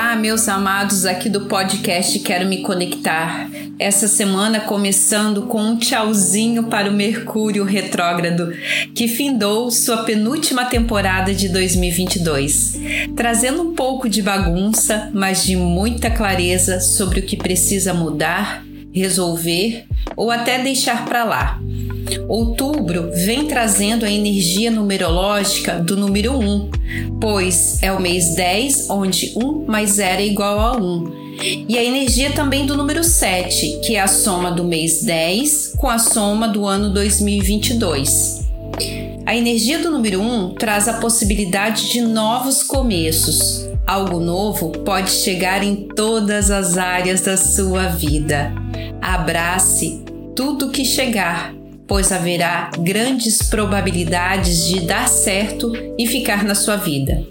Olá, meus amados aqui do podcast Quero Me Conectar. Essa semana começando com um tchauzinho para o Mercúrio retrógrado, que findou sua penúltima temporada de 2022, trazendo um pouco de bagunça, mas de muita clareza sobre o que precisa mudar, resolver ou até deixar para lá. Outubro vem trazendo a energia numerológica do número 1, pois é o mês 10, onde 1 mais 0 é igual a 1. E a energia também do número 7, que é a soma do mês 10 com a soma do ano 2022. A energia do número 1 traz a possibilidade de novos começos. Algo novo pode chegar em todas as áreas da sua vida. Abrace tudo que chegar, pois haverá grandes probabilidades de dar certo e ficar na sua vida.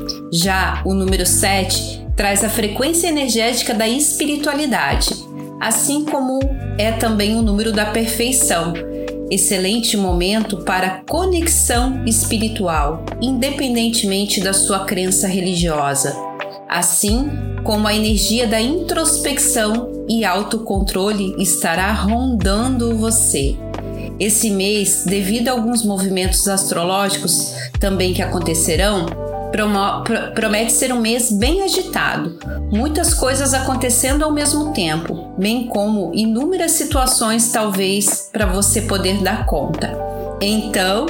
Já o número 7 traz a frequência energética da espiritualidade, assim como é também o número da perfeição. Excelente momento para conexão espiritual, independentemente da sua crença religiosa, assim como a energia da introspecção e autocontrole estará rondando você. Esse mês, devido a alguns movimentos astrológicos também que acontecerão, promete ser um mês bem agitado, muitas coisas acontecendo ao mesmo tempo, bem como inúmeras situações talvez para você poder dar conta. Então,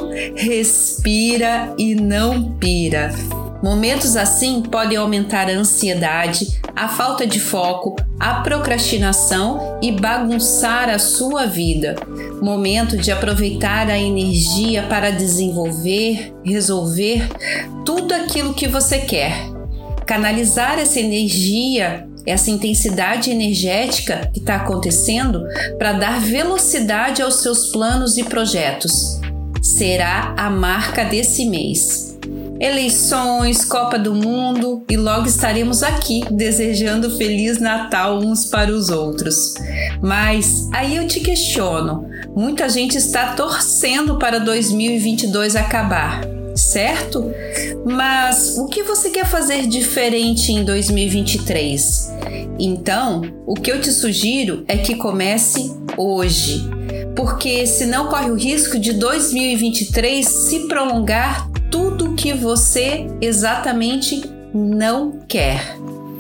respira e não pira. Momentos assim podem aumentar a ansiedade, a falta de foco, a procrastinação e bagunçar a sua vida. Momento de aproveitar a energia para desenvolver, resolver tudo aquilo que você quer. Canalizar essa energia, essa intensidade energética que está acontecendo para dar velocidade aos seus planos e projetos. Será a marca desse mês. Eleições, Copa do Mundo e logo estaremos aqui desejando Feliz Natal uns para os outros. Mas aí eu te questiono, muita gente está torcendo para 2022 acabar, certo? Mas o que você quer fazer diferente em 2023? Então, o que eu te sugiro é que comece hoje, porque senão corre o risco de 2023 se prolongar tudo o que você exatamente não quer.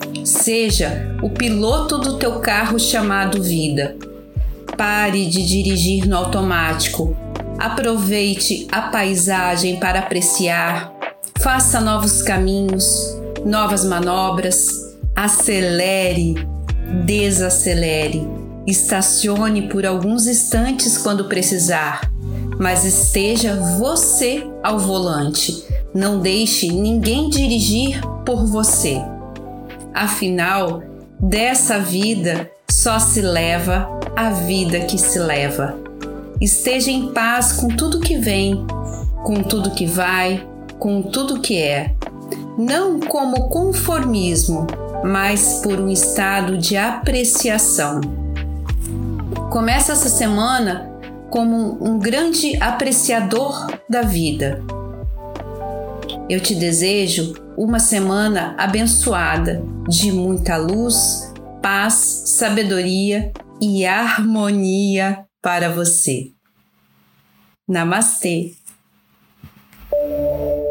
Seja o piloto do teu carro chamado vida. Pare de dirigir no automático. Aproveite a paisagem para apreciar. Faça novos caminhos, novas manobras. Acelere, desacelere. Estacione por alguns instantes quando precisar. Mas esteja você ao volante. Não deixe ninguém dirigir por você. Afinal, dessa vida só se leva a vida que se leva. Esteja em paz com tudo que vem, com tudo que vai, com tudo que é. Não como conformismo, mas por um estado de apreciação. Começa essa semana como um grande apreciador da vida. Eu te desejo uma semana abençoada, de muita luz, paz, sabedoria e harmonia para você. Namastê!